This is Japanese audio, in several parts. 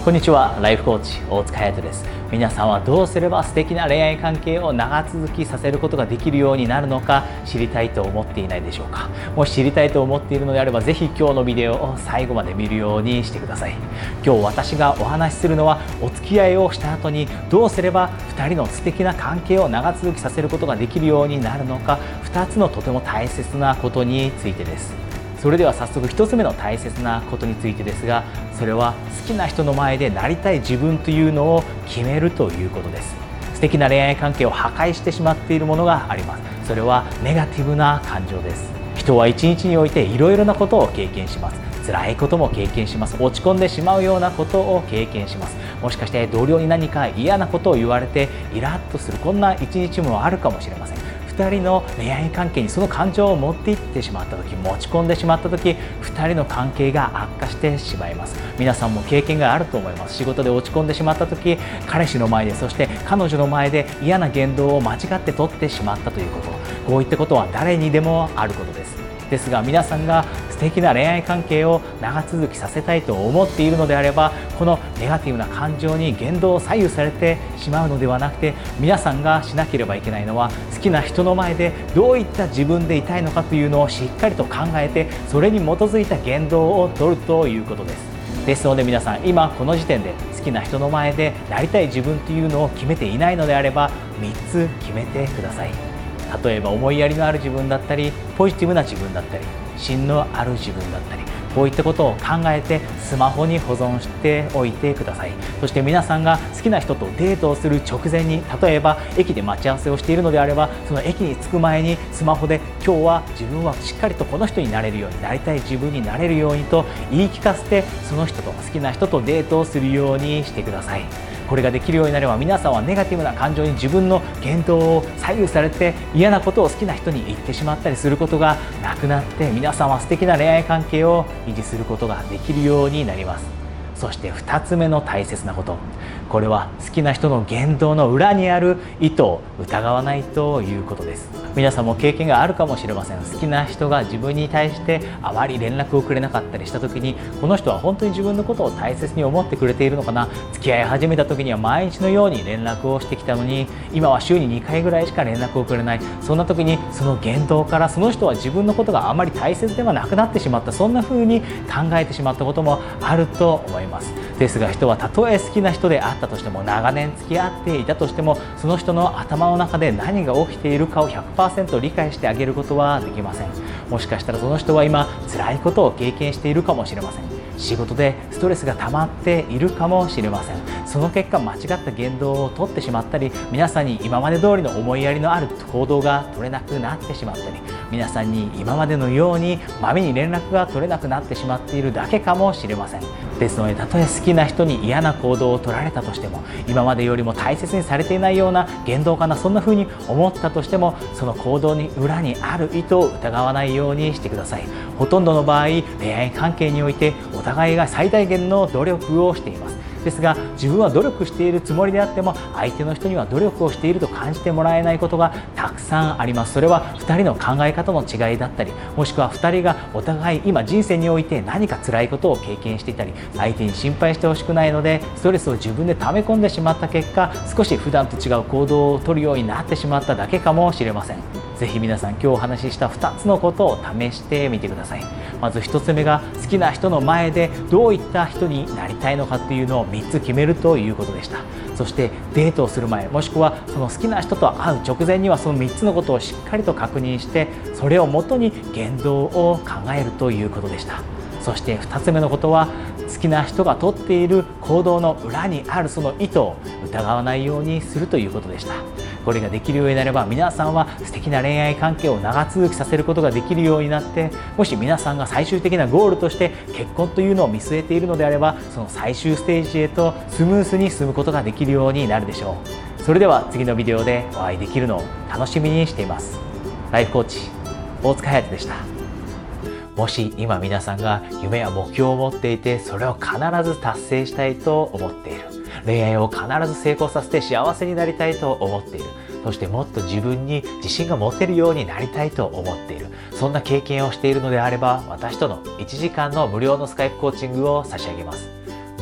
こんにちは、ライフコーチ大塚隼人です。皆さんはどうすれば素敵な恋愛関係を長続きさせることができるようになるのか知りたいと思っていないでしょうか。もし知りたいと思っているのであれば、ぜひ今日のビデオを最後まで見るようにしてください。今日私がお話しするのは、お付き合いをした後にどうすれば2人の素敵な関係を長続きさせることができるようになるのか、2つのとても大切なことについてです。それでは早速1つ目の大切なことについてですが、それは好きな人の前でなりたい自分というのを決めるということです。素敵な恋愛関係を破壊してしまっているものがあります。それはネガティブな感情です。人は一日においていろいろなことを経験します。辛いことも経験します。落ち込んでしまうようなことを経験します。もしかして同僚に何か嫌なことを言われてイラッとする、こんな一日もあるかもしれません。2人の恋愛関係にその感情を持っていってしまった時、持ち込んでしまった時、2人の関係が悪化してしまいます。皆さんも経験があると思います。仕事で落ち込んでしまった時、彼氏の前で、そして彼女の前で嫌な言動を間違って取ってしまったということ、こういったことは誰にでもあることです。ですが、皆さんが素敵な恋愛関係を長続きさせたいと思っているのであれば、このネガティブな感情に言動を左右されてしまうのではなくて、皆さんがしなければいけないのは、好きな人の前でどういった自分でいたいのかというのをしっかりと考えて、それに基づいた言動を取るということです。ですので皆さん、今この時点で好きな人の前でなりたい自分というのを決めていないのであれば、3つ決めてください。例えば思いやりのある自分だったり、ポジティブな自分だったり、芯のある自分だったり、こういったことを考えてスマホに保存しておいてください。そして皆さんが好きな人とデートをする直前に、例えば駅で待ち合わせをしているのであれば、その駅に着く前にスマホで、今日は自分はしっかりとこの人になれるように、なりたい自分になれるようにと言い聞かせて、その人と、好きな人とデートをするようにしてください。これができるようになれば、皆さんはネガティブな感情に自分の言動を左右されて、嫌なことを好きな人に言ってしまったりすることがなくなって、皆さんは素敵な恋愛関係を維持することができるようになります。そして2つ目の大切なこと、これは好きな人の言動の裏にある意図を疑わないということです。皆さんも経験があるかもしれません。好きな人が自分に対してあまり連絡をくれなかったりした時に、この人は本当に自分のことを大切に思ってくれているのかな、付き合い始めた時には毎日のように連絡をしてきたのに、今は週に2回ぐらいしか連絡をくれない。そんな時にその言動から、その人は自分のことがあまり大切ではなくなってしまった、そんな風に考えてしまったこともあると思います。ですが、人はたとえ好きな人であったとしても、長年付き合っていたとしても、その人の頭の中で何が起きているかを 100% 理解してあげることはできません。もしかしたらその人は今辛いことを経験しているかもしれません。仕事でストレスが溜まっているかもしれません。その結果、間違った言動を取ってしまったり、皆さんに今まで通りの思いやりのある行動が取れなくなってしまったり、皆さんに今までのようにまめに連絡が取れなくなってしまっているだけかもしれません。ですので、たとえ好きな人に嫌な行動を取られたとしても、今までよりも大切にされていないような言動かな、そんな風に思ったとしても、その行動に裏にある意図を疑わないようにしてください。ほとんどの場合、恋愛関係においてお互いが最大限の努力をしています。ですが、自分は努力しているつもりであっても、相手の人には努力をしていると感じてもらえないことがたくさんあります。それは2人の考え方の違いだったり、もしくは2人がお互い今人生において何か辛いことを経験していたり、相手に心配してほしくないのでストレスを自分で溜め込んでしまった結果、少し普段と違う行動をとるようになってしまっただけかもしれません。ぜひ皆さん、今日お話しした2つのことを試してみてください。まず1つ目が、好きな人の前でどういった人になりたいのかっていうのを3つ決めるということでした。そしてデートをする前、もしくはその好きな人と会う直前には、その3つのことをしっかりと確認して、それをもとに言動を考えるということでした。そして2つ目のことは、好きな人がとっている行動の裏にあるその意図を疑わないようにするということでした。これができるようになれば、皆さんは素敵な恋愛関係を長続きさせることができるようになって、もし皆さんが最終的なゴールとして結婚というのを見据えているのであれば、その最終ステージへとスムースに進むことができるようになるでしょう。それでは次のビデオでお会いできるのを楽しみにしています。ライフコーチ大塚隼人でした。もし今皆さんが夢や目標を持っていて、それを必ず達成したいと思っている、恋愛を必ず成功させて幸せになりたいと思っている、そしてもっと自分に自信が持てるようになりたいと思っている、そんな経験をしているのであれば、私との1時間の無料のスカイプコーチングを差し上げます。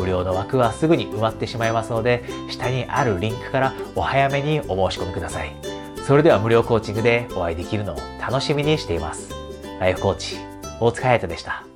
無料の枠はすぐに埋まってしまいますので、下にあるリンクからお早めにお申し込みください。それでは無料コーチングでお会いできるのを楽しみにしています。ライフコーチ、大塚隼人でした。